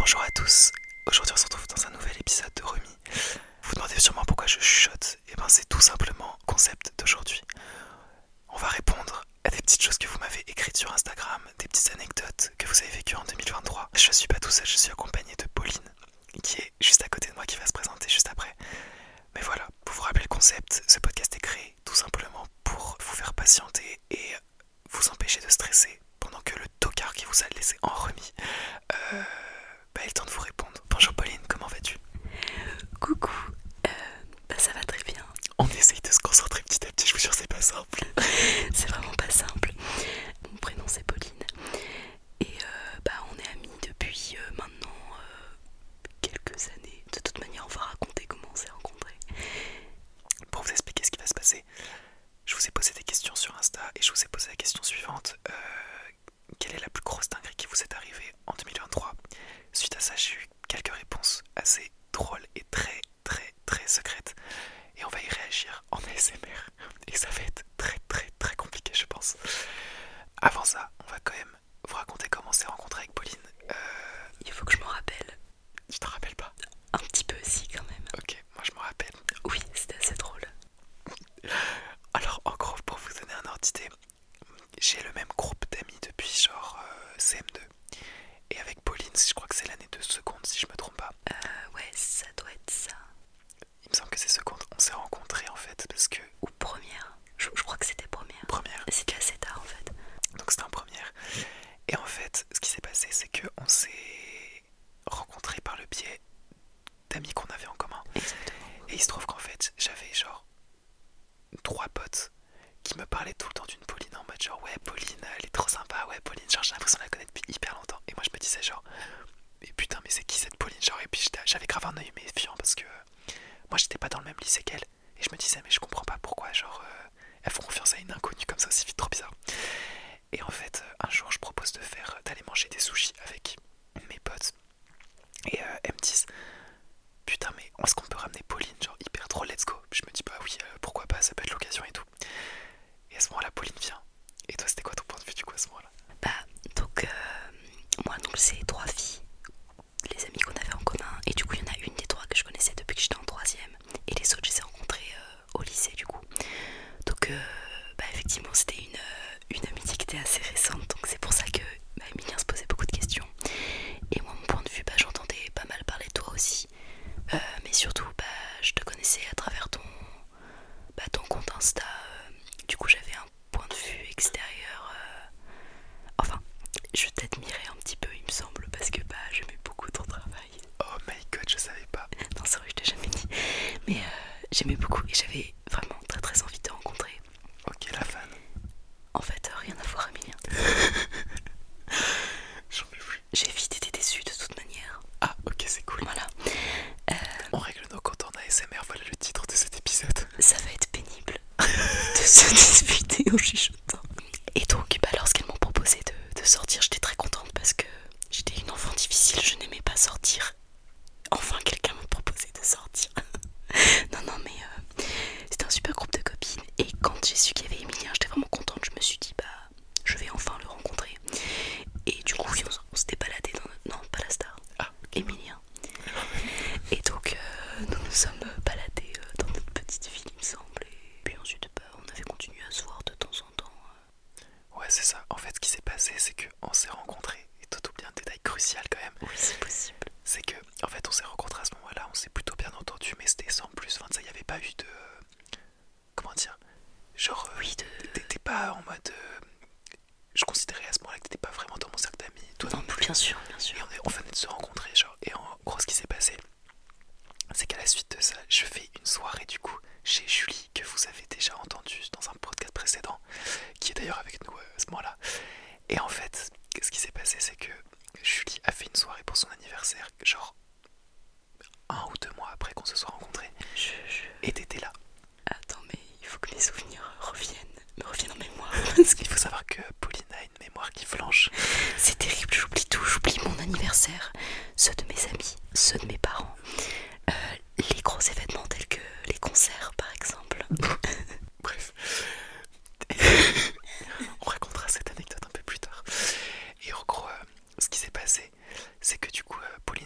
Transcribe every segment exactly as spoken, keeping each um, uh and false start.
Bonjour à tous, aujourd'hui on se retrouve dans un nouvel épisode de Remi. Vous vous demandez sûrement pourquoi je chuchote, et ben c'est tout simplement le concept d'aujourd'hui. On va répondre à des petites choses que vous m'avez écrites sur Instagram, des petites anecdotes que vous avez vécues en deux mille vingt-trois. Je suis pas tout seul, je suis accompagné de Pauline, qui est juste à côté de moi, qui va se présenter juste après. Mais voilà, pour vous rappeler le concept, ce podcast est créé tout simplement pour vous faire patienter et vous empêcher de stresser pendant que le tocard qui vous a laissé en remis euh, bah, ait le temps de vous répondre. Bonjour Pauline, comment vas-tu? Coucou, euh, bah ça va très bien. On essaye de se concentrer petit à petit, je vous jure c'est pas simple. C'est vraiment pas simple. Mon prénom c'est Pauline et euh, bah on est amis depuis euh, maintenant euh, quelques années. De toute manière on va raconter comment on s'est rencontrés. Pour vous expliquer ce qui va se passer, je vous ai posé des questions sur Insta et je vous ai posé la question suivante. Euh, quelle est la plus grosse dinguerie qui vous est arrivée en deux mille vingt-trois? Suite à ça, j'ai eu quelques réponses assez drôles et très très très secrètes. Et on va y réagir en A S M R. Et ça va être très très très compliqué, je pense. Avant ça, on va quand même vous raconter comment on s'est rencontré avec Pauline. Euh, Il faut que je m'en rappelle. tu te rappelles pas? Un petit peu aussi quand même. Ok, moi je me rappelle. Oui, c'était assez drôle. Alors en gros, pour vous donner un ordre d'idée, j'ai le même groupe d'amis depuis genre euh, C M deux. Et avec Pauline, je crois que c'est l'année de seconde si je me trompe pas. Euh, ouais, ça doit être ça. Il me semble que c'est seconde. On s'est rencontrés en fait parce que... Ou première. Je, je crois que c'était première. Première. C'était assez tard en fait. Donc c'était en première. Et en fait, ce qui s'est passé, c'est qu'on s'est rencontrés par le biais d'amis qu'on avait en commun. Exactement. Et il se trouve qu'en fait, j'avais genre trois potes qui me parlaient tout le temps d'une Pauline en mode genre ouais Pauline elle est trop sympa, ouais Pauline, genre j'ai l'impression de la connaître depuis hyper longtemps. Et moi je me disais genre mais putain mais c'est qui cette Pauline, genre. Et puis j'avais grave un œil méfiant parce que moi j'étais pas dans le même lycée qu'elle. Et je me disais mais je comprends pas pourquoi genre euh, elles font confiance à une inconnue comme ça aussi vite, trop bizarre. Et en fait un jour je propose de faire d'aller manger des sushis avec mes potes. Et euh, elles me disent putain mais est-ce qu'on peut ramener Pauline, genre hyper trop, let's go. Puis je me dis bah oui euh, pourquoi pas, ça peut être l'occasion et tout. Et à ce moment là Pauline vient. Et toi c'était quoi ton point de vue du coup à ce moment là? Bah donc euh, moi donc c'est trois filles, les amis qu'on avait en commun, et du coup il y en a une des trois que je connaissais depuis que j'étais en troisième et les autres je les ai rencontrées euh, au lycée du coup. Donc euh, bah effectivement c'était une, euh, une amitié qui était assez récente, donc c'est pour ça que bah, Emilien se posait beaucoup de questions. Et moi mon point de vue, bah j'entendais pas mal parler de toi aussi, euh, mais surtout bah je te connaissais à travers ton, bah, ton compte Insta, euh, du coup j'avais un point de vue extérieur, euh, enfin je t'admirais un petit peu il me semble, parce que bah j'aimais beaucoup ton travail. Oh my god, je savais pas. Non c'est vrai, je t'ai jamais dit, mais euh, j'aimais beaucoup et j'avais vraiment très très envie de te rencontrer. Ok, la fan. En fait euh, rien à voir Emilien. J'en peux plus. J'ai vite été déçue de toute manière. Ah ok, c'est cool. Voilà. Euh, On règle nos comptes en A S M R, voilà le titre de cet épisode. ça va être pénible de se disputer en chuchotant. Et donc bah, lorsqu'elles m'ont proposé de, de sortir, j'étais très contente parce que j'étais une enfant difficile, je n'aimais pas sortir. Enfin quelqu'un m'a proposé de sortir. Non non mais euh, c'était un super groupe de copines. Et quand j'ai su qu'il y avait Emilien, j'étais vraiment contente. Je me suis dit bah je vais enfin le rencontrer. Et du coup oui, on, on s'était baladé dans notre... Non pas la star, Ah, Emilien. Et donc euh, nous nous sommes baladés euh, dans notre petite ville il me semble. Et puis ensuite bah, on avait continué à se voir de temps en temps. ouais, c'est ça. En fait, ce qui s'est passé, c'est qu'on s'est rencontrés. Et toi, t'oublies un détail crucial quand même. Oui c'est possible. C'est que, en fait, on s'est rencontrés à ce moment-là, on s'est plutôt bien entendu, mais c'était sans plus. Enfin, ça, il n'y avait pas eu de. Comment dire? Genre, euh, Oui de... t'étais pas en mode. euh, Je considérais à ce moment-là que t'étais pas vraiment dans mon cercle d'amis. Toi Non non mais plus. bien sûr, bien sûr. Et on, est- on venait de se rencontrer, genre. Et en gros, ce qui s'est passé, c'est qu'à la suite de ça, je fais une soirée du coup chez Julie, que vous avez déjà entendu dans un podcast précédent, qui est d'ailleurs avec nous euh, à ce moment-là. Et en fait, ce qui s'est passé, c'est que Julie a fait une soirée pour son anniversaire, genre un ou deux mois après qu'on se soit rencontrés. Je, je... Et t'étais là. Attends mais il faut que mes souvenirs reviennent, me reviennent en mémoire. Parce que Il faut savoir que Pauline a une mémoire qui flanche. c'est terrible, j'oublie tout, j'oublie mon anniversaire, ceux de mes amis, ceux de mes parents, euh, les gros événements tels que les concerts par exemple. Bref. On racontera cette anecdote un peu plus tard. Et en gros, euh, ce qui s'est passé, c'est que du coup, euh, Pauline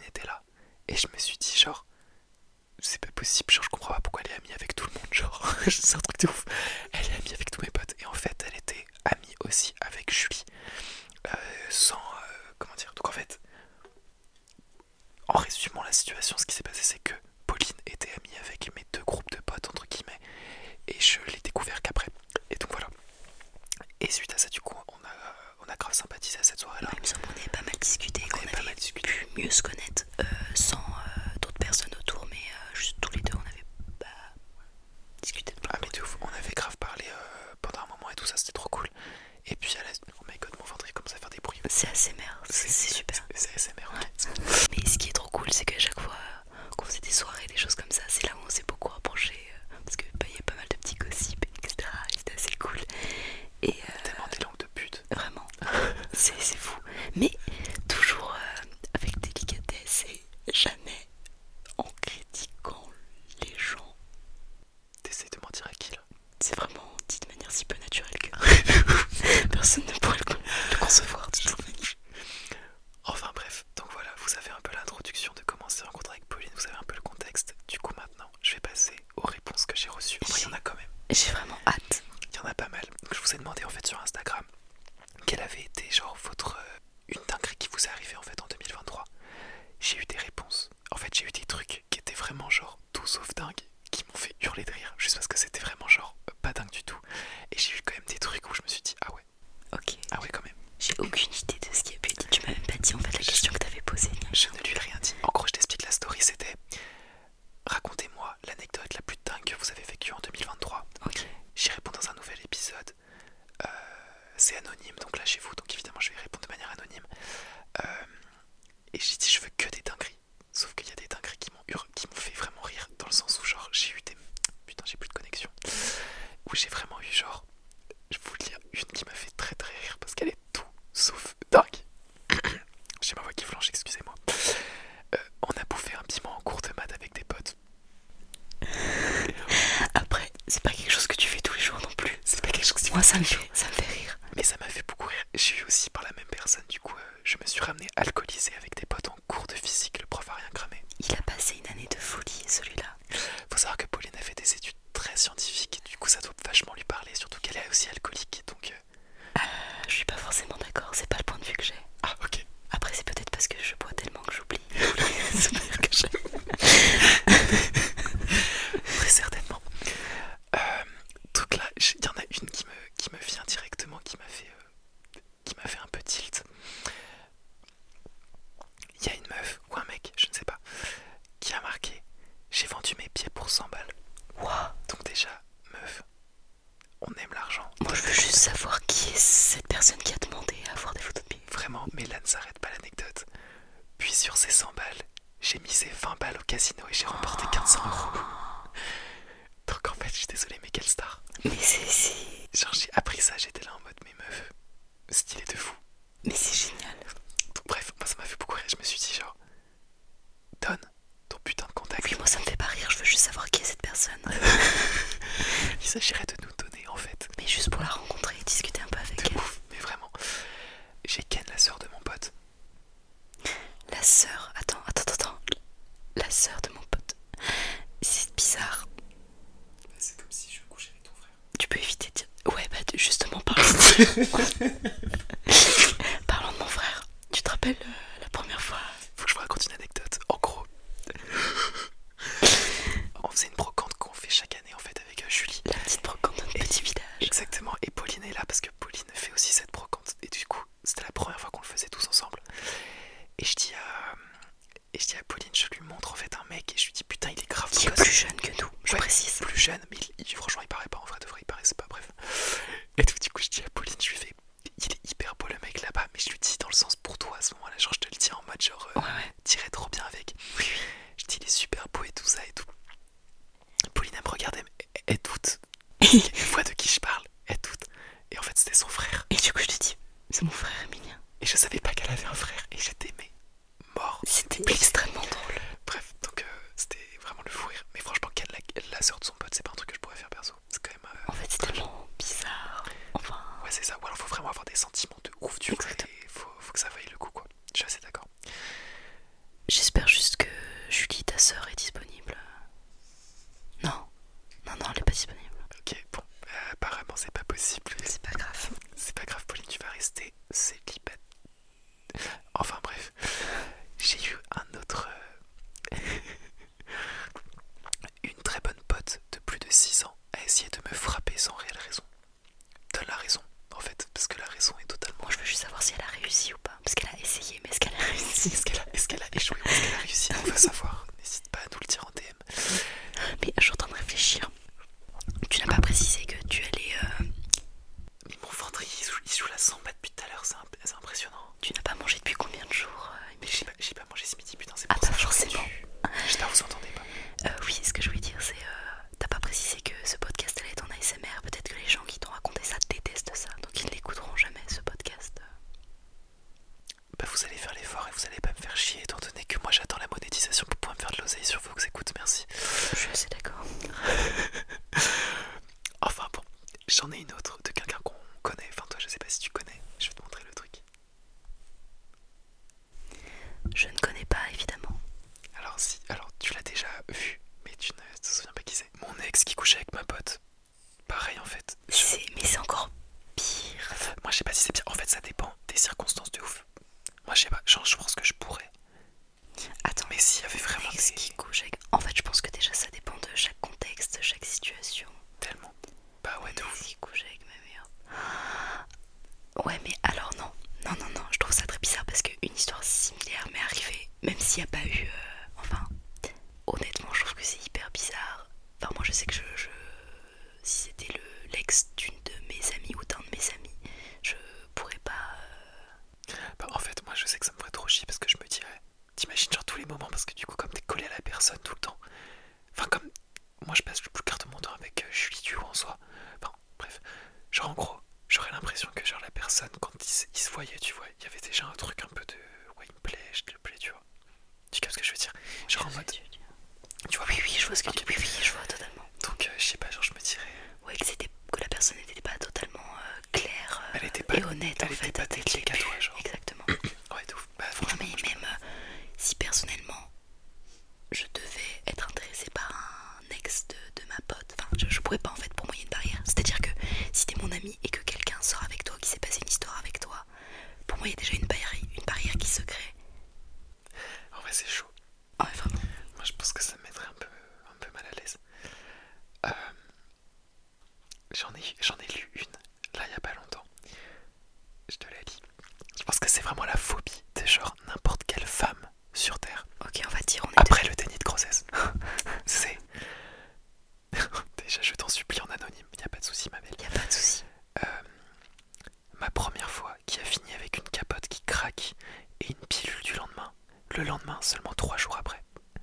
situation, ce qui s'est passé, c'est que Pauline était amie avec mes deux groupes de potes, entre guillemets, et je l'ai découvert qu'après. Et donc voilà. Et suite à ça, du coup, on a, on a grave sympathisé à cette soirée-là. Il me semble qu'on avait pas mal discuté, On qu'on avait pas avait mal discuté. pu mieux se connaître euh, sans euh, d'autres personnes autour, mais euh, juste tous les deux, on avait bah, discuté de plein Ah de mais de ouf, on avait grave parlé euh, pendant un moment et tout ça, c'était trop cool. Et puis à la... Oh my god, mon ventre il commence à faire des bruits. C'est A S M R, c'est c'est super. C'est A S M R, ok. Ouais. Mais ce qui est trop cool, c'est qu'à chaque fois euh, qu'on faisait des soirées, des choses comme ça, c'est là où on s'est beaucoup rapprochés. Euh, parce qu'il bah, y a pas mal de petits gossips, et cetera. Et c'était assez cool. Et euh, Tellement des langues de pute. vraiment, c'est c'est fou. Mais toujours euh, avec délicatesse et jamais en critiquant les gens. T'essayes de mentir à qui là? C'est vraiment dit de manière si peu naturelle que personne ne pourrait le, le concevoir de toute manière. Enfin bref, donc voilà, vous avez un peu l'introduction de comment on s'est rencontré avec Pauline, vous avez un peu le contexte. Du coup maintenant, je vais passer aux réponses que j'ai reçues. Enfin, il y en a quand même. J'ai vraiment hâte. Il y en a pas mal. Donc, je vous ai demandé en fait sur Instagram quelle avait été genre votre euh, une dinguerie qui vous est arrivée en fait en deux mille vingt-trois. J'ai eu des réponses. En fait, j'ai eu des trucs qui étaient vraiment genre tout sauf dingues, qui m'ont fait hurler de rire juste parce que c'était vraiment genre euh, pas dingue du tout. Et j'ai eu quand même des trucs où je me suis dit ah ouais, Ok. ah ouais quand même. J'ai aucune idée de ce qui a pu être dit. Tu m'as même pas dit en fait la question que t'avais posée. Je ne lui ai rien dit. En gros, je t'explique la story, c'était racontez-moi l'anecdote la plus dingue que vous avez vécue en deux mille vingt-trois. Ok. J'y réponds dans un nouvel épisode. Euh, c'est anonyme, donc lâchez-vous. Donc évidemment, je vais répondre de manière anonyme. Euh, et j'ai dit, je veux que des dingueries. Sauf qu'il y a des dingueries qui m'ont hur- qui m'ont fait vraiment rire, dans le sens où genre j'ai eu des... Putain, j'ai plus de connexion. Où j'ai vraiment eu genre... Je vais vous lire une qui m'a fait très très rire parce qu'elle est tout sauf dingue. J'ai ma voix qui flanche, excusez-moi. Euh, on a bouffé un piment en cours de maths avec des potes. Après, c'est pas quelque chose que tu fais tous les jours non plus. C'est pas quelque chose qui Moi, ça me fait, ça me fait rire. Mais ça m'a fait beaucoup rire. J'ai eu aussi par la même personne, du coup, euh, je me suis ramené alcoolisé avec des potes en cours de physique. Le prof a rien cramé. Il a passé une année de folie, celui-là. Faut savoir que Pauline a fait des études très scientifiques. Du coup, ça doit vachement lui parler, surtout qu'elle est aussi alcoolique. Donc, euh... Euh, je suis pas forcément d'accord, c'est pas le point de vue que j'ai. ah, ok. Après, c'est peut-être parce que je bois tellement que j'oublie. C'est pas dire que j'ai. Très certainement. Euh, donc là, il y en a une qui me, qui me vient directement, qui m'a fait, euh, qui m'a fait un peu tilt. Il y a une meuf ou un mec, je ne sais pas, qui a marqué j'ai vendu mes pieds pour cent balles. Wow. Donc déjà, meuf, on aime l'argent. Moi, je veux juste savoir qui est cette personne qui a demandé à avoir des photos de pieds. Vraiment, mais là ne s'arrête pas l'anecdote. Puis sur ces cent balles, j'ai misé vingt balles au casino et j'ai remporté quinze cents euros. Donc en fait, je suis désolé, mais quelle star. Mais c'est... c'est... Genre j'ai appris ça, j'étais là en mode mais meuf, stylé de fou. Mais c'est génial. Donc bref, moi ça m'a fait beaucoup rire, je me suis dit genre, donne ton putain de contact. Oui, moi ça me fait pas rire, je veux juste savoir qui est cette personne. Il s'agirait de nous donner en fait. Mais juste pour la rencontrer et discuter un peu avec De elle. ouf, mais vraiment. J'ai Ken, la sœur de mon pote. La sœur, attends, attends, attends. La sœur de mon pote. C'est bizarre. C'est comme si je couchais avec ton frère. Tu peux éviter de dire... Ouais, bah justement, parlons. Parlons de mon frère. Tu te rappelles euh, la première fois? Faut que je vous raconte une anecdote. En gros, on faisait une brocante qu'on fait chaque année en fait avec euh, Julie. La petite brocante de notre Et- petit village. Exactement, et Pauline est là parce que Pauline fait aussi cette brocante. Et du coup, c'était la première fois qu'on le faisait tous ensemble. Et je dis à, et je dis à Pauline, je lui montre en fait un mec et je lui dis putain, il est grave Qui est beau plus gosse. jeune que nous, je Ouais, précise. plus jeune, mais il, il- franchement, il paraît pas en vrai de vrai, il paraissait pas, bref. Et tout, du coup, je dis à Pauline, je lui fais, il est hyper beau le mec là-bas, mais je lui dis dans le sens pour toi à ce moment-là, genre je te le dis en mode genre, euh, Ouais, ouais. t'irais trop bien avec. Je dis, il est super beau et tout ça et tout. Pauline, elle me regardait, elle, elle doute. Elle voit de qui je parle, elle doute. Et en fait, c'était son frère. Et du coup, je te dis, c'est mon frère Emilien. Et je savais pas qu'elle avait un frère, et j'étais mais mort. C'était Blessé. extrêmement drôle. Bref, donc euh, c'était vraiment le fou rire. Mais franchement, Ken, la, la sœur de son pote, c'est pas un truc que je pourrais faire perso. C'est quand même. Euh, En fait, c'est tellement bizarre. Enfin, Ouais, c'est ça. Ou alors, faut vraiment avoir des sentiments de ouf, tu vois. Exactement. Et faut, faut que ça vaille le coup, quoi. Je suis assez d'accord. j'espère juste que Julie, ta sœur, est disponible. Non, non, non, elle est pas disponible. Ok, bon, euh, apparemment, c'est pas possible. C'est pas grave. C'est pas grave, Pauline, tu vas rester célibataire. Enfin, bref. J'ai eu un autre, vous allez pas me faire chier étant donné que moi j'attends la monétisation pour pouvoir me faire de l'oseille sur vos écoutes, merci. Je suis assez d'accord. Enfin bon, j'en ai une autre de quelqu'un qu'on connaît, enfin toi je sais pas si tu connais, je vais te montrer le truc. Je ne connais pas, évidemment. Alors si, alors tu l'as déjà vu, mais tu ne te souviens pas qui c'est. Mon ex qui couchait avec ma pote. Pareil en fait. Je... C'est... Mais c'est encore pire. Moi je sais pas si c'est pire, en fait ça dépend des circonstances de ouf. Moi je sais pas, genre je pense que je pourrais. Attends, mais s'il y avait vraiment ex des... qui couche avec... En fait, je pense que déjà ça dépend de chaque contexte, chaque situation. Tellement. Bah ouais, de Mon ouf. ex qui couche avec ma mère. Ouais, mais alors non. Non, non, non, je trouve ça très bizarre parce qu'une histoire similaire m'est arrivée, même s'il n'y a pas eu... Euh... Enfin, honnêtement, je trouve que c'est hyper bizarre. Enfin, moi je sais que je... je... Si c'était le l'ex d'une de mes amies ou d'un de mes amis, je pourrais pas... Euh... Bah en fait, moi je sais que ça me ferait trop chier parce que je me dirais... T'imagines genre tous les moments parce que du coup comme t'es collé à la personne tout le temps. Enfin comme... Moi je passe le plus clair de mon temps avec euh, Julie Duo en soi. Enfin bref. Genre en gros, j'aurais l'impression que genre la personne quand il, se- il se voyait, tu vois, il y avait déjà un truc un peu de... Ouais il me plaît, je te plais, tu vois. Tu captes ce que je veux dire? Genre Je en sais mode... ce que tu veux dire. Tu vois, Oui, oui, je vois ce que ok. tu... Oui, oui, je vois totalement. Donc euh, je sais pas, genre je me dirais... Ouais, que, c'était... que la personne n'était pas totalement euh, claire euh, Elle était pas... et honnête Elle en était fait. pas dès le technique à début. toi, genre. Exactement. Ouais de ouf. Bah Non, franchement... mais je- même euh, si personnellement je devais être intéressée par un ex de, de ma pote, enfin je, je pourrais pas en fait pour moi il y a une barrière. C'est-à-dire que si t'es mon ami et que quelqu'un sort avec toi, qui s'est passé une histoire avec toi, pour moi il y a déjà une barrière, une barrière qui se crée. En vrai c'est chaud. Ouais, vraiment. Moi je pense que ça me mettrait un peu, un peu mal à l'aise. Euh, j'en ai, j'en ai lu une, là il y a pas longtemps. Je te la lis. Je pense que c'est vraiment la phobie de genre n'importe quelle femme sur Terre. Ok, on va dire on est Après le déni de grossesse. C'est... Déjà je t'en supplie en anonyme, y a pas de souci ma belle. deux. Y a pas de souci. Euh, ma première fois qui a fini avec une capote qui craque et une pilule du lendemain. Le lendemain, seulement trois jours après.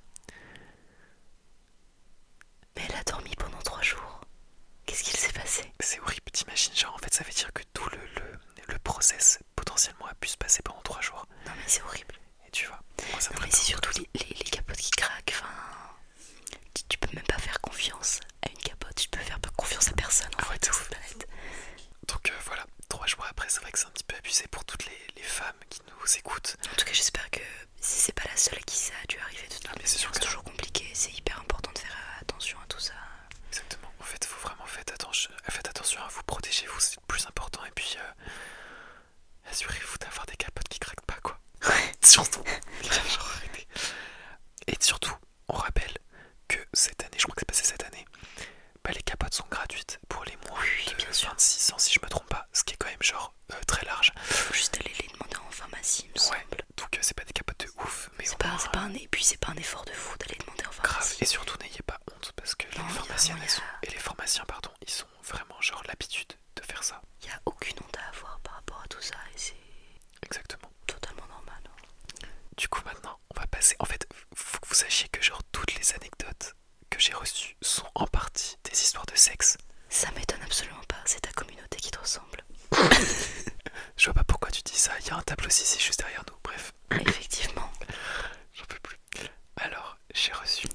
Mais elle a dormi pendant trois jours. Qu'est-ce qu'il s'est passé? C'est horrible, t'imagines, genre en fait ça veut dire que tout le, le, le process potentiellement a pu se passer pendant trois jours. Non mais c'est horrible. Et tu vois, moi ça me Non mais ferait c'est peur. surtout les, les, les capotes qui craquent. Enfin, tu, tu peux même pas faire confiance à une capote. Tu peux faire confiance à personne en Ah ouais, fait de sur ouf. cette planète. Donc euh, voilà, trois jours après, c'est vrai que c'est un petit peu abusé pour toutes les, les femmes qui nous écoutent. En tout cas, j'espère que si c'est pas la seule à qui ça a dû arriver de toute Ah, mais manière, c'est sûr c'est que toujours compliqué. C'est hyper important de faire attention à tout ça. Exactement, en fait, faut vraiment faites attention, faites attention à vous, protégez-vous, c'est le plus important. Et puis, euh, assurez-vous d'avoir des capotes qui craquent pas, quoi. Surtout. Genre, arrêtez. Et surtout, on rappelle que cette année, je crois que c'est passé cette année, bah, les capotes sont gratuites pour les moins Oui, de bien sûr. vingt-six ans, si je me trompe pas, ce qui est quand même genre euh, très large. Il faut juste aller les demander en pharmacie, il me Ouais, semble. donc euh, c'est pas des capotes de ouf, mais C'est au pas, moins, c'est pas un, et puis c'est pas un effort de fou d'aller demander en grave. pharmacie. Et surtout, n'ayez pas honte parce que Non, les y a pharmaciennes vraiment, elles y a- sont- et les pharmaciens, pardon, ils sont vraiment genre l'habitude de faire ça. Il y a aucune honte à avoir par rapport à tout ça et c'est Exactement. totalement normal. hein. Du coup, maintenant, on va passer. En fait, faut que vous sachiez que genre toutes les anecdotes que j'ai reçues sont en partie des histoires de sexe. Ça m'étonne absolument pas, c'est ta communauté qui te ressemble. Je vois pas pourquoi tu dis ça. Il y a un tableau ici juste derrière nous. Bref, Effectivement. j'en peux plus. Alors, j'ai reçu.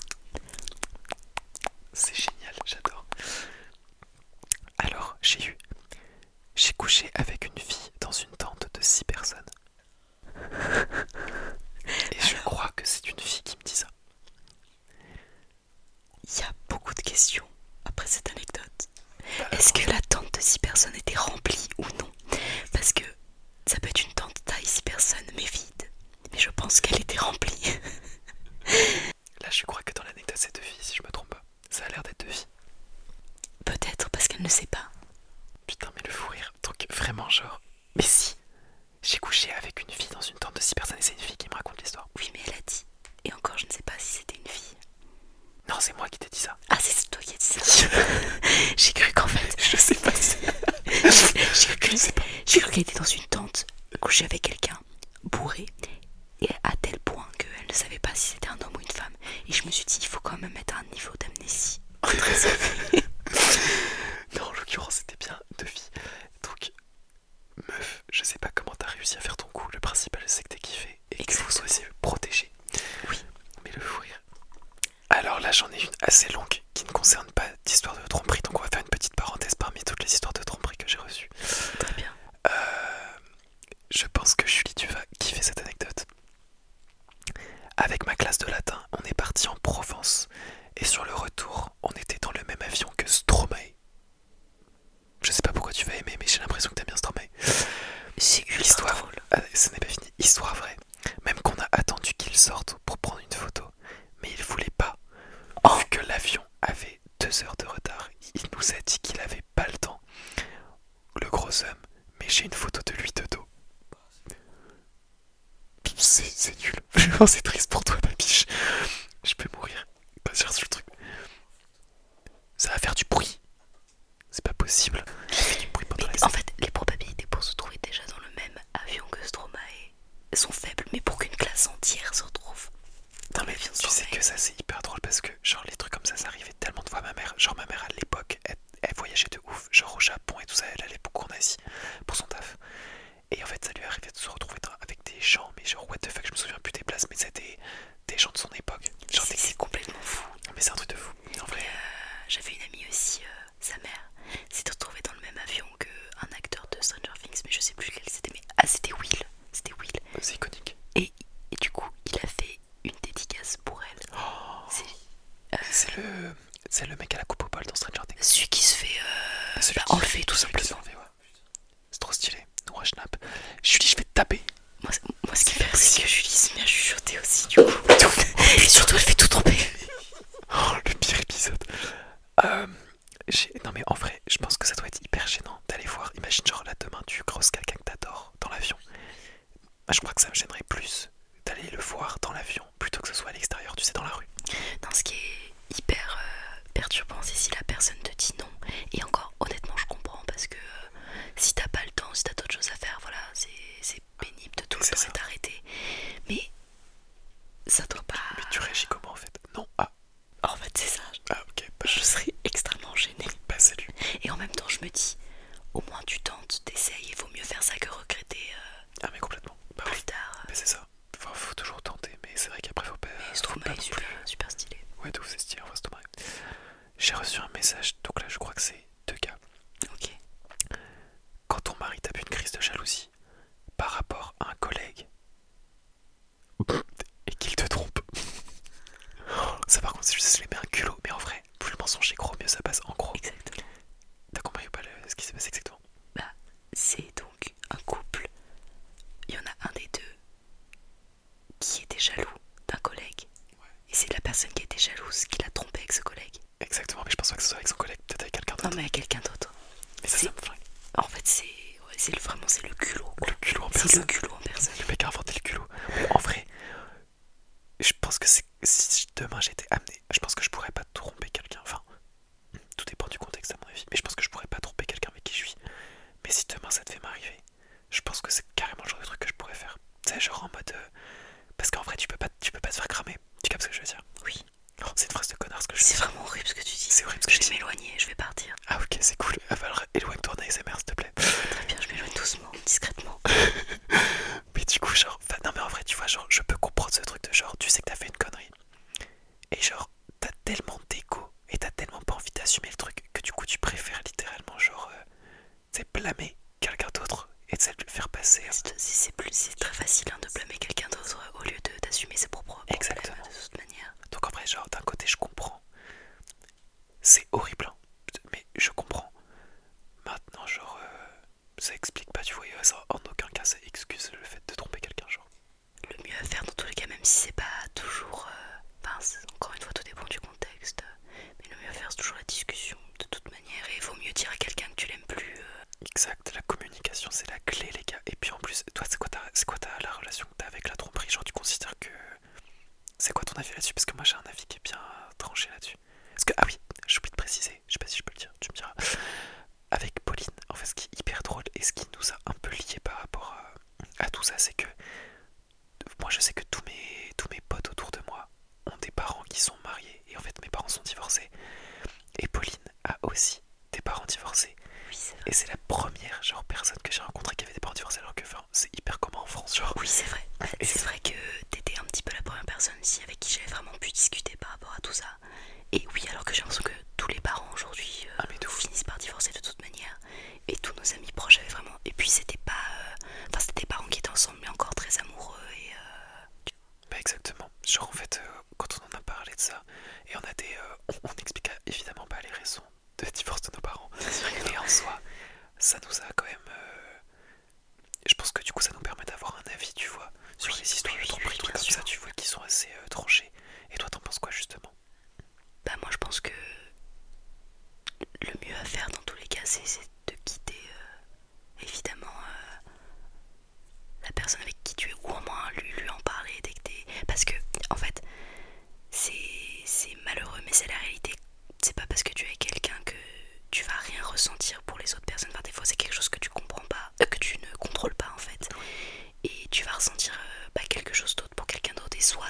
C'est génial, j'adore. Alors, j'ai eu. J'ai couché avec une fille dans une tente de six personnes. Et je crois que c'est une fille qui me dit ça. Il y a beaucoup de questions après cette anecdote. Bah, Est-ce que la tente de six personnes était remplie ou non? Parce que ça peut être une tente taille six personnes mais vide. Mais je pense qu'elle était remplie. Là, je crois que dans l'anecdote, c'est deux filles, si je me trompe pas. Ça a l'air d'être deux filles. Peut-être parce qu'elle ne sait pas. Putain, mais le fou rire. Donc, vraiment, genre. Mais si, j'ai couché avec une fille dans une tente de six personnes et c'est une fille qui me raconte l'histoire. Oui, mais elle a dit. Et encore, je ne sais pas si c'était une fille. Non, c'est moi qui t'ai dit ça. Ah, c'est toi qui as dit ça. J'ai cru qu'en fait. Je sais pas si. J'ai cru, Je sais pas. j'ai cru qu'elle était dans une tente, couchée avec quelqu'un, bourré, et à tel point qu'elle ne savait pas si c'était un homme ou une femme. Et je me suis dit, il faut quand même mettre un niveau d'amnésie très élevé. Non, en l'occurrence, c'était bien deux filles. Donc, meuf, je sais pas comment t'as réussi à faire ton coup. Le principal, c'est que t'es kiffé et pense que Julie, tu vas kiffer cette anecdote. Avec ma classe de latin, on est parti en Provence. Et sur le retour, on était dans le même avion que Stromae. Je sais pas pourquoi tu vas aimer, mais j'ai l'impression que t'aimes bien Stromae. C'est ultra Histoire, drôle. ah, ce n'est pas fini. Histoire vraie. Même qu'on a attendu qu'il sorte pour prendre une photo, mais il voulait pas. Oh. Vu que l'avion avait deux heures de retard, il nous a dit qu'il avait pas le temps. Le gros homme, mais j'ai une photo de lui de dos. C'est, c'est nul. C'est triste pour toi, ma biche. Je peux mourir. Pas sur le truc. Ça va faire du bruit. C'est pas possible. Du bruit pendant mais la en fait, les probabilités pour se trouver déjà dans le même avion que Stromae sont faibles, mais pour qu'une classe entière se retrouve. Non mais tu sais que ça c'est hyper drôle parce que genre les trucs comme ça ça arrivait tellement de fois à ma mère. Genre ma mère à l'époque elle, elle voyageait de ouf, genre au Japon et tout ça, elle allait beaucoup en Asie pour son taf. Et en fait ça lui arrivait de se retrouver avec des gens, mais genre what the fuck, je me souviens plus des places, mais c'était des gens de son époque. Genre c'est, c'est complètement fou. Mais c'est un truc de fou, en vrai. Euh, j'avais une amie aussi, euh, sa mère s'était retrouvée dans le même avion qu'un acteur de Stranger Things, mais je sais plus lequel c'était, mais ah c'était Will, c'était Will. C'est iconique. Et, et du coup il a fait une dédicace pour elle. Oh, c'est, euh, c'est le c'est le mec à la coupe au bol dans Stranger Things. Celui qui se fait euh, celui bah, qui, enlever tout simplement. Enlevé, ouais. C'est trop stylé. Noah Schnapp. Julie, je vais te taper. Moi, moi ce qui fait c'est que Julie se met à chuchoter aussi du coup. Et surtout elle fait tout tomber. Oh, le pire épisode. Euh, j'ai... Non mais en vrai, je pense que ça doit être hyper gênant d'aller voir. Imagine genre là demain tu crosses quelqu'un que t'adores dans l'avion. Moi, je crois que ça me gênerait plus d'aller le voir dans l'avion plutôt que ce soit à l'extérieur, tu sais, dans la rue. Non, ce qui est hyper euh, perturbant, c'est si la personne te dit non. Et encore, honnêtement, je comprends parce que euh, si t'as pas le temps, si t'as d'autres choses à faire, voilà, c'est, c'est pénible de tout le temps être arrêté. Mais ça doit pas. Mais tu réagis comment en fait? Non, ah. En fait, c'est ça. Ah, ok. Bah, je serais extrêmement gênée. Bah, salut. Et en même temps, je me dis, au moins tu tentes, t'essayes, il vaut mieux faire ça que regretter. Euh, ah, mais complètement. Bah, plus oui. tard. Euh... Mais c'est ça. Faut, faut toujours tenter, mais c'est vrai qu'après, faut pas. Mais Stromae est super, super stylé. Ouais, d'où c'est stylé, on va se tomber. J'ai reçu un message, donc là, je crois que c'est deux gars. Ok. Quand ton mari tape une crise de jalousie par rapport à un collègue et qu'il te trompe. Ça, par contre, c'est juste, je les mets un culot, mais en vrai, plus le mensonge est gros, mieux ça passe en gros. Exactement. T'as compris ou pas le, ce qui s'est passé exactement? Bah, c'est donc un couple. Il y en a un des deux qui était jaloux d'un collègue. Ouais. Et c'est la personne qui était jalouse qui l'a trompé avec ce collègue. Exactement, mais je pense pas que ce soit avec son collègue, peut-être avec quelqu'un d'autre. Non, mais avec quelqu'un d'autre. Mais ça, c'est... ça me flingue. En fait, c'est, ouais, c'est le... vraiment c'est le culot. Quoi. Le culot en c'est personne. le culot en personne. Le mec a inventé le culot. Mais en vrai, je pense que c'est... si demain j'étais amené, je pense que je pourrais pas tromper quelqu'un. Enfin, tout dépend du contexte à mon avis. Mais je pense que je pourrais pas tromper quelqu'un avec qui je suis. Mais si demain ça devait m'arriver, je pense que c'est carrément le genre de truc que je pourrais faire. Tu sais, genre en mode... Euh... Parce qu'en vrai, tu peux pas, tu peux pas te faire cramer. Tu captes ce que je veux dire? Oui. Oh, c'est une phrase de connard ce que je C'est dis. vraiment horrible ce que tu dis. C'est horrible ce que, que je vais m'éloigner, je vais partir. Ah ok, c'est cool. Ah, bah, alors, éloigne-toi en A S M R s'il te plaît. Très bien, je m'éloigne doucement, discrètement. Mais du coup, genre... Enfin, non mais en vrai, tu vois, genre, je peux comprendre ce truc de genre, tu sais que t'as fait une connerie. Et genre, t'as tellement d'égo et t'as tellement pas envie d'assumer le truc que du coup, tu préfères littéralement, genre, euh, tu sais, blâmer quelqu'un d'autre et de le faire passer. C'est, c'est, plus, c'est très facile hein, de blâmer quelqu'un d'autre au lieu de, d'assumer ses propres problèmes. Exactement. De toute manière. Donc en vrai, genre, d'un côté, je comprends. C'est horrible, hein, mais je comprends. Maintenant, genre, euh, ça explique pas, tu vois, ça, en aucun cas, ça excuse le fait de tromper quelqu'un, genre. Le mieux à faire dans tous les cas, même si c'est pas toujours... Euh, enfin, encore une fois, tout dépend du contexte. Mais le mieux à faire, c'est toujours la discussion, de toute manière. Et il vaut mieux dire à quelqu'un que tu l'aimes plus. Euh... Exact, la communication, c'est la clé, les gars. Et puis en plus, toi, c'est quoi, ta, c'est quoi ta, la relation que t'as avec la tromperie? Genre, tu considères que... C'est quoi ton avis là-dessus? Parce que moi, j'ai un avis qui est bien tranché là-dessus. Parce que, ah oui, j'ai oublié de préciser, je sais pas si je peux le dire, tu me diras. Avec Pauline, en fait, ce qui est hyper drôle et ce qui nous a un peu liés par rapport à, à tout ça, c'est que moi, je sais que tous mes, tous mes potes autour de moi ont des parents qui sont mariés et en fait, mes parents sont divorcés. Et Pauline a aussi des parents divorcés. Oui, c'est vrai. Et c'est la première genre personne que j'ai rencontrée qui avait des parents divorcés, alors que enfin, c'est hyper commun en France, genre. Oui, c'est vrai. Et c'est vrai que t'étais un petit peu la première personne ici avec qui j'avais vraiment pu discuter par rapport à tout ça. Et oui, alors que j'ai l'impression que tous les parents aujourd'hui euh, ah, finissent par divorcer de toute manière. Et tous nos amis proches avaient vraiment... Et puis c'était pas... Enfin, euh... c'était des parents qui étaient ensemble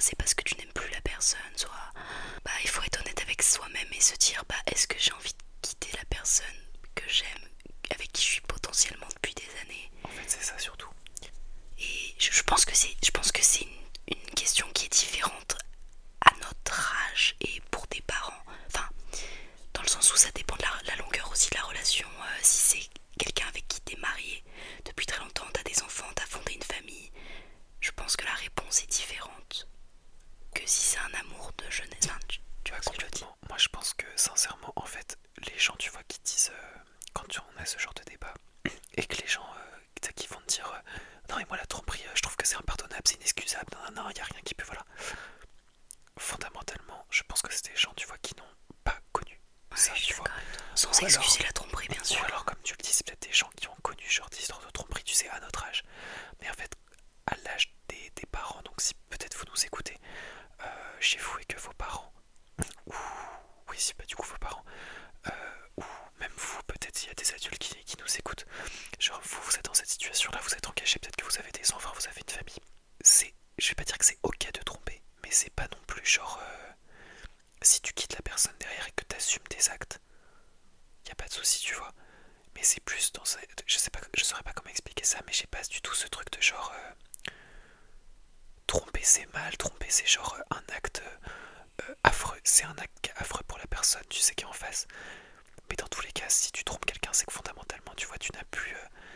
c'est parce que tu n'aimes plus la personne, soit bah il faut être honnête avec soi-même et se dire bah est-ce que j'ai envie de quitter la personne que j'aime, avec qui je suis potentiellement depuis des années. En fait c'est ça surtout. Et je, je pense que c'est je pense que c'est une, une question qui est différente à notre âge et pour des parents. Enfin, dans le sens où ça dépend de la, la longueur aussi de la relation. Euh, si c'est quelqu'un avec qui t'es marié depuis très longtemps, t'as des enfants, t'as fondé une famille, je pense que la réponse est différente que si c'est un amour de jeunesse. Enfin, tu, tu vois ce que je veux dire. Moi je pense que sincèrement en fait les gens tu vois qui disent euh, quand on a ce genre de débat et que les gens euh, qui vont te dire euh, non et moi la tromperie euh, je trouve que c'est impardonnable, c'est inexcusable, non non non y a rien qui peut voilà. Fondamentalement je pense que c'est des gens tu vois qui n'ont pas connu ça oui, tu vois. Sans ou excuser alors, la tromperie bien sûr. Ou alors comme tu le dis c'est peut-être des gens qui ont connu genre des histoires de tromperie tu sais à notre âge. Mais en fait à l'âge des, des parents, donc si peut-être vous nous écoutez euh, chez vous et que vos parents ou oui si pas du coup vos parents euh, ou même vous peut-être il y a des adultes qui, qui nous écoutent, genre vous vous êtes dans cette situation là, vous êtes engagé, peut-être que vous avez des enfants, vous avez une famille, c'est, je vais pas dire que c'est ok de tromper mais c'est pas non plus genre euh, si tu quittes la personne derrière et que tu assumes tes actes y a pas de souci tu vois, mais c'est plus dans ce, je sais pas, je saurais pas comment expliquer ça mais j'ai pas du tout ce truc de genre euh, tromper c'est mal, tromper c'est genre euh, un acte euh, affreux, c'est un acte affreux pour la personne, tu sais qui est en face. Mais dans tous les cas, si tu trompes quelqu'un, c'est que fondamentalement, tu vois, tu n'as plus.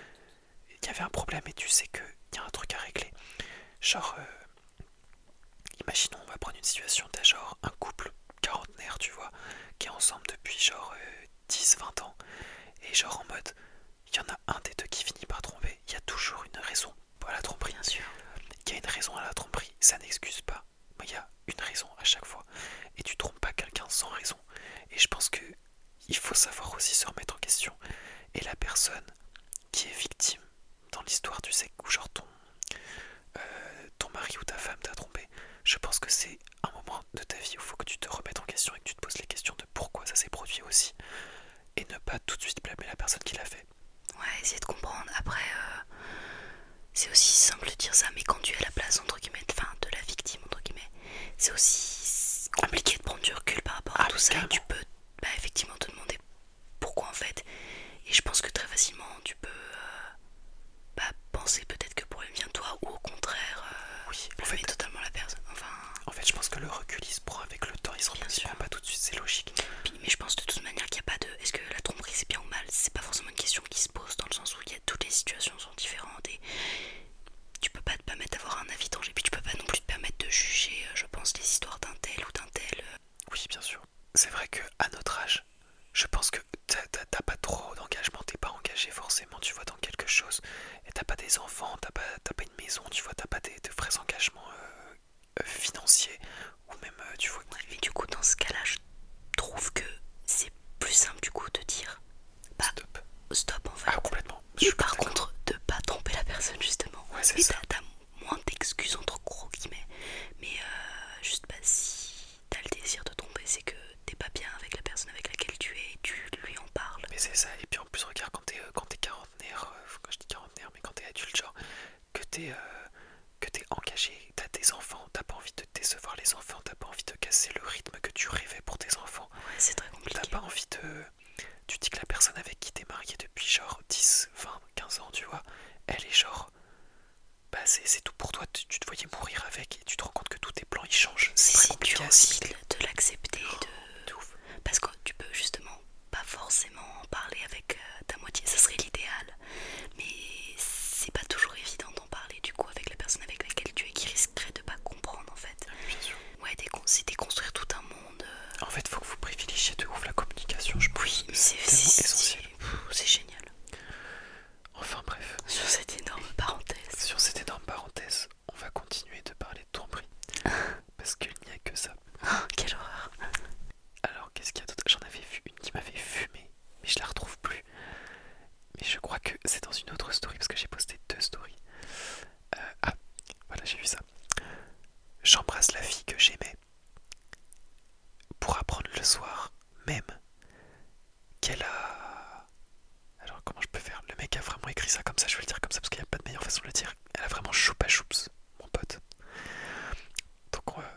Il euh, y avait un problème et tu sais qu'il y a un truc à régler. Genre, euh, imaginons, on va prendre une situation, t'as genre un couple quarantenaire, tu vois, qui est ensemble depuis genre euh, dix vingt ans. Et genre en mode, il y en a un des deux qui finit par tromper. Il y a toujours une raison à la tromperie. Bien sûr. Il y a une raison à la tromperie, ça n'excuse pas. Mais il y a une raison à chaque fois. Et tu trompes pas quelqu'un sans raison. Et je pense que il faut savoir aussi se remettre en question. Et la personne qui est victime dans l'histoire, tu sais, où genre ton, euh, ton mari ou ta femme t'a trompé, je pense que c'est un moment de ta vie où il faut que tu te remettes en question et que tu te poses les questions de pourquoi ça s'est produit aussi. Et ne pas tout de suite blâmer la personne qui l'a fait. Ouais, essayer de comprendre. Après, euh, c'est aussi simple de dire ça, mais quand tu es à la place, entre guillemets, enfin, de la victime, entre guillemets, c'est aussi compliqué de prendre du recul par rapport à ah, tout ça. Carrément. Et tu peux bah, effectivement te demander pourquoi en fait. Et je pense que très facilement, tu peux euh, bah, penser peut-être que le problème vient de toi, ou au contraire, euh, oui, en blâmer fait, totalement la personne. Enfin, en fait, je pense que le recul, il se prend avec le temps, il se prend pas tout de suite, c'est logique. Puis, mais je pense de toute manière qu'il n'y a pas de... Est-ce que la tromperie c'est bien ou mal? C'est pas forcément une question qui se pose, dans le sens où il y a, toutes les situations sont différentes et tu peux pas te permettre d'avoir un avis tranché. Puis tu peux pas non plus te permettre de juger, je pense, les histoires d'un tel ou d'un tel. Oui, bien sûr. C'est vrai que à notre âge, je pense que t'as, t'as, t'as pas trop d'engagement, t'es pas engagé forcément, tu vois, dans quelque chose. Et t'as pas des enfants, t'as pas, t'as pas une maison, tu vois, t'as pas des, de vrais engagements euh, euh, financiers ou même, euh, tu vois. Ouais, mais du coup, dans ce cas-là, je trouve que c'est plus simple du coup de dire bah, stop. Stop en fait. Ah, complètement. Et par contre, de pas tromper la personne justement. Ouais, c'est et ça. t'as, t'as moins d'excuses entre gros guillemets. Mais euh, juste bah, si t'as le désir de tromper, c'est que t'es pas bien avec la personne avec laquelle tu es et tu lui en parles. Mais c'est ça. Et puis en plus, regarde, quand t'es, euh, quand t'es quarantenaire, euh, quand je dis quarantenaire, mais quand t'es adulte, genre, que t'es, euh, que t'es engagé, t'as des enfants, t'as pas envie de décevoir les enfants, t'as pas envie de casser le rythme que tu rêvais pour tes enfants. Ouais, c'est très compliqué. T'as pas envie de... Tu dis que la personne avec qui t'es marié depuis genre dix, vingt, quinze ans, tu vois, elle est genre... Bah c'est, c'est tout pour toi, tu, tu te voyais mourir avec et tu te rends compte que tous tes plans ils changent. C'est, c'est très compliqué dur à aussi assimiler. de, de l'accepter. De... de ouf. Parce que tu peux justement pas forcément en parler avec euh, ta moitié, ça serait l'idéal. Mais c'est pas toujours évident d'en parler du coup avec la personne avec laquelle tu es qui risquerait de pas comprendre en fait. Ah, bien sûr. Ouais, décon- c'est déconstruire tout un monde. Euh... En fait, faut que vous privilégiez de ouf la communication, je pense. Oui, c'est, c'est, tellement c'est, essentiel. c'est, c'est génial. Enfin bref. Sur cette énorme parenthèse. Sur cette énorme parenthèse, on va continuer de parler de tromperie. Parce qu'il n'y a que ça. Oh, quelle horreur. Alors, qu'est-ce qu'il y a d'autre? J'en avais vu une qui m'avait fumé, mais je la retrouve plus. Mais je crois que c'est dans une autre story, parce que j'ai posté deux stories. Euh, ah, voilà, j'ai vu ça. J'embrasse la fille que j'aimais pour apprendre le soir même qu'elle a... Alors, comment je peux faire? Le mec a vraiment écrit ça comme ça, je vais le dire comme ça, parce qu'il n'y a pas de meilleure façon de le dire. Elle a vraiment choupa choups, mon pote. Donc, euh,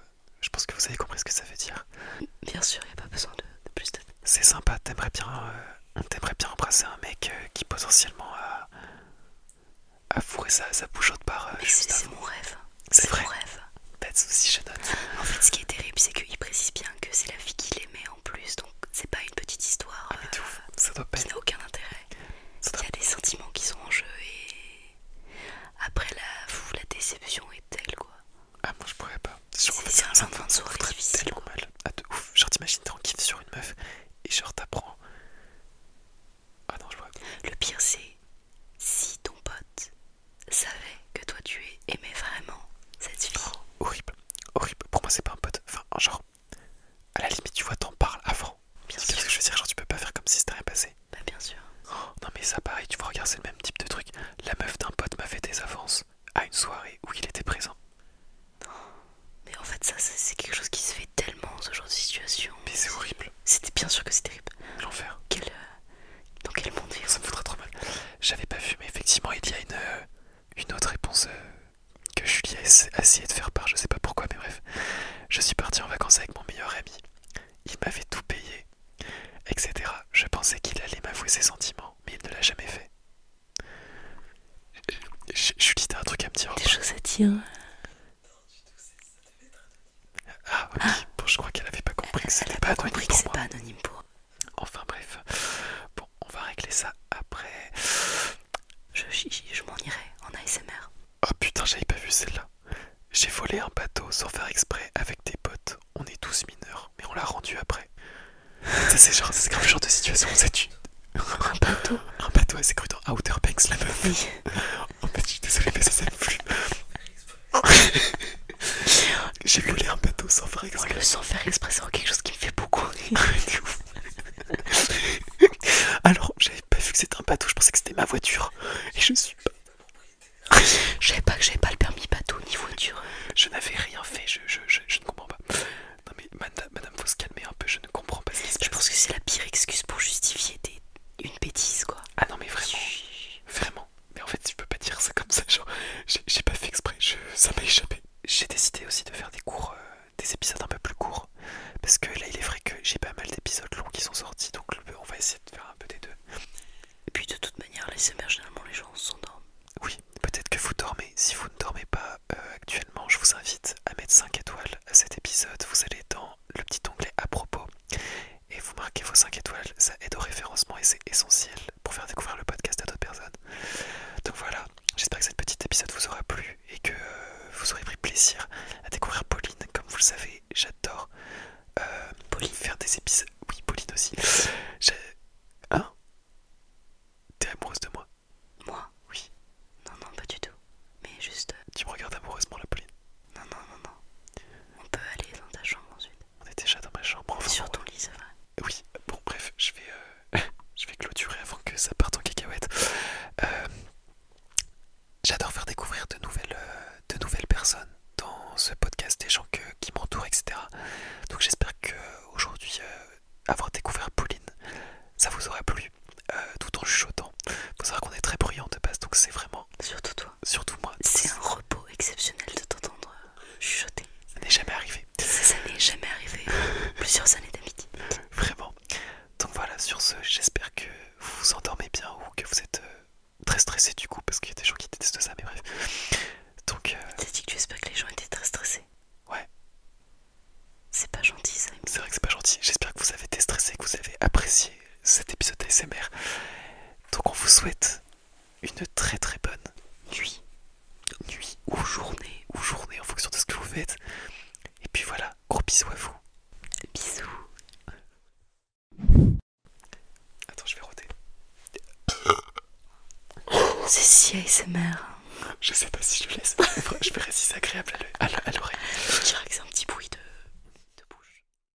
présent. Mais en fait, ça, ça, c'est quelque chose qui se fait tellement, ce genre de situation. Mais c'est horrible. C'était bien sûr que c'est terrible. L'enfer. Quel, euh, dans quel monde vivons-nous? Ça me foutra trop mal. J'avais pas vu, mais effectivement, il y a une, euh, une autre réponse euh, que Julie a essayé de faire part, je sais pas pourquoi, mais bref. Je suis parti en vacances avec mon meilleur ami. Il m'avait tout payé, et cetera. Je pensais qu'il allait m'avouer ses sentiments, mais il ne l'a jamais fait. Julie, t'as un truc à me dire? Des choses à dire? Ah, ok. Ah. Bon, je crois qu'elle avait pas compris que c'était pas, pas anonyme compris pour que c'est moi. pas anonyme pour. Enfin bref. Bon, on va régler ça après. Je, je, je m'en irai en A S M R. Oh putain, j'avais pas vu celle-là. J'ai volé un bateau sans faire exprès avec des potes. On est tous mineurs, mais on l'a rendu après. Ça, c'est genre, c'est comme le genre de situation où c'est une... Un bateau. Un bateau, elle s'est crue dans Outer Banks, la meuf. Oui. En fait, je suis désolée, mais ça s'aime plus. J'ai volé un bateau sans faire exprès. Le sans faire exprès, c'est quelque chose qui me fait beaucoup rire. Alors, j'avais pas vu que c'était un bateau, je pensais que c'était ma voiture. Et je suis pas... Je savais pas que j'avais pas le permis bateau ni voiture. Je n'avais rien fait, je, je, je, je ne comprends pas. Non mais madame, madame, faut se calmer un peu, je ne comprends pas ce qui se passe. Je pense que c'est la pire excuse pour justifier des... une bêtise, quoi. Ah non mais vraiment, vraiment. Mais en fait, tu peux pas dire ça comme ça, genre, j'ai pas fait exprès, je, ça m'a échappé. J'ai décidé aussi de faire des cours, euh, des épisodes un peu plus courts. Parce que là, il est vrai que j'ai pas mal d'épisodes longs qui sont sortis, donc on va essayer de faire un peu des deux. Et puis de toute manière, l'A S M R, généralement, les gens s'endorment. Oui, peut-être que vous dormez. Si vous ne dormez pas euh, actuellement, je vous invite à mettre cinq étoiles à cet épisode. Vous allez dans le petit onglet à propos et vous marquez vos cinq étoiles. Ça aide au référencement et c'est essentiel pour faire découvrir le podcast à d'autres personnes. Donc voilà, j'espère que cet petit épisode vous aura plu et que euh, vous aurez pris plaisir à découvrir Pauline. Comme vous le savez, j'adore euh, Pauline. faire des épisodes. Oui, Pauline aussi. J'ai... Hein? T'es amoureuse de moi? Moi? Oui. Non, non, pas du tout. Mais juste... euh, Tu me regardes amoureusement, la Pauline? Non, non, non, non. On peut aller dans ta chambre ensuite. On est déjà dans ma chambre. Enfin, sur ton lit, c'est vrai. Oui, bon bref, je vais, euh, je vais clôturer avant que ça parte en cacahuète. Euh, J'adore faire découvrir de nouvelles, euh, de nouvelles personnes dans ce podcast, des gens que, qui m'entourent, et cetera. Donc j'espère qu'aujourd'hui, euh, avoir découvert Pauline, ça vous aura plu, euh, tout en chuchotant. Faut savoir qu'on est très bruyant de base, donc c'est vraiment... Surtout toi. Surtout moi. C'est un repos exceptionnel de t'entendre chuchoter. Ça n'est jamais arrivé. Ça, ça n'est jamais arrivé. Plusieurs années d'amitié. Vraiment. Donc voilà, sur ce, j'espère que vous vous endormez bien ou que vous êtes euh, très stressé du coup, parce qu'il y a des gens qui détestent ça, mais bref. Donc... Euh... T'as dit que tu espères que les gens étaient très stressés. Ouais. C'est pas gentil ça. C'est vrai que c'est pas gentil. J'espère que vous avez déstressé, que vous avez apprécié cet épisode A S M R. Donc on vous souhaite une très très bonne nuit. Nuit ou journée, ou journée en fonction de ce que vous faites. Et puis voilà, gros bisous à vous. Bisous. Attends, je vais roter. C'est si A S M R. Je sais pas si je le laisse. Je verrai si c'est agréable à l'oreille. Je dirais que